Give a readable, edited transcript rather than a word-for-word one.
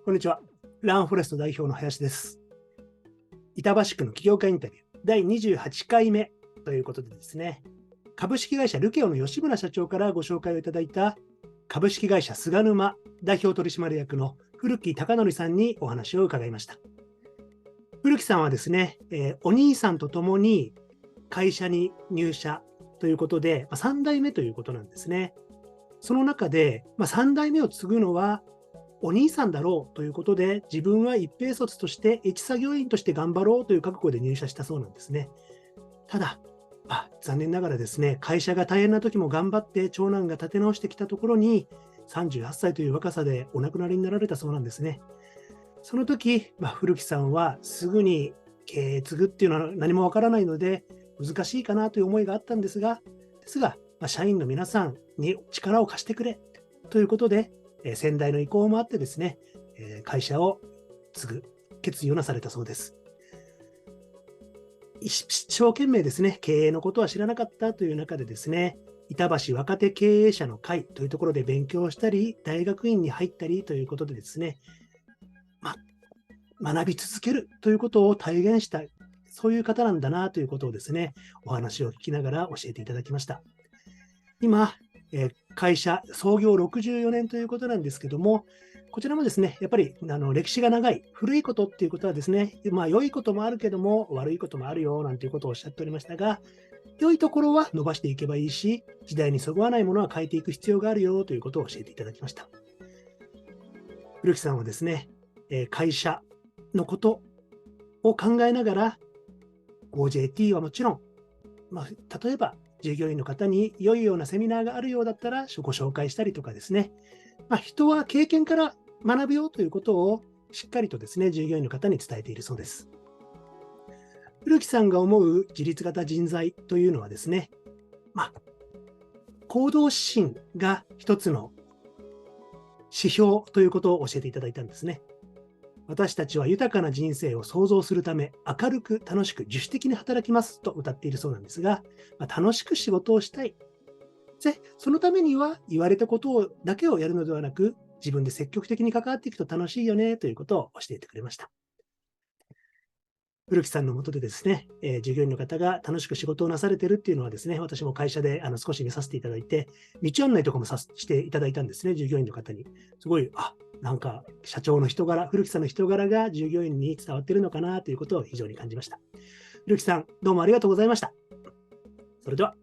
こんにちは。ランフォレスト代表の林です。板橋区の起業家インタビュー第28回目ということでですね、株式会社ルケオの吉村社長からご紹介をいただいた株式会社菅沼代表取締役の古木貴則さんにお話を伺いました。古木さんはですね、お兄さんと共に会社に入社ということで、3代目ということなんですね。その中で、3代目を継ぐのはお兄さんだろうということで、自分は一平卒として一作業員として頑張ろうという覚悟で入社したそうなんですね。ただ、残念ながらですね、会社が大変な時も頑張って長男が立て直してきたところに、38歳という若さでお亡くなりになられたそうなんですね。その時、古木さんはすぐに経営継ぐっていうのは何もわからないので、難しいかなという思いがあったんですが、社員の皆さんに力を貸してくれということで、先代の意向もあってですね、会社を継ぐ決意をなされたそうです。一生懸命ですね、経営のことは知らなかったという中でですね、板橋若手経営者の会というところで勉強したり、大学院に入ったりということでですね、学び続けるということを体現した、そういう方なんだなということをですね、お話を聞きながら教えていただきました。今、会社創業64年ということなんですけども、こちらもですね、やっぱり歴史が長い、古いことっていうことはですね、良いこともあるけども、悪いこともあるよなんていうことをおっしゃっておりましたが、良いところは伸ばしていけばいいし、時代にそぐわないものは変えていく必要があるよということを教えていただきました。古木さんはですね、会社のことを考えながら、OJT はもちろん、例えば従業員の方に良いようなセミナーがあるようだったらご紹介したりとかですね、人は経験から学ぶよということをしっかりとですね、従業員の方に伝えているそうです。古木さんが思う自立型人材というのはですね、行動指針が一つの指標ということを教えていただいたんですね。私たちは豊かな人生を創造するため、明るく楽しく自主的に働きますと歌っているそうなんですが、楽しく仕事をしたい。で、そのためには言われたことだけをやるのではなく、自分で積極的に関わっていくと楽しいよねということを教えてくれました。古木さんのもとでですね、従業員の方が楽しく仕事をなされているっていうのはですね、私も会社で少し見させていただいて、道案内とかもしていただいたんですね、従業員の方に。すごい、なんか社長の人柄、古木さんの人柄が従業員に伝わっているのかなということを非常に感じました。古木さん、どうもありがとうございました。それでは。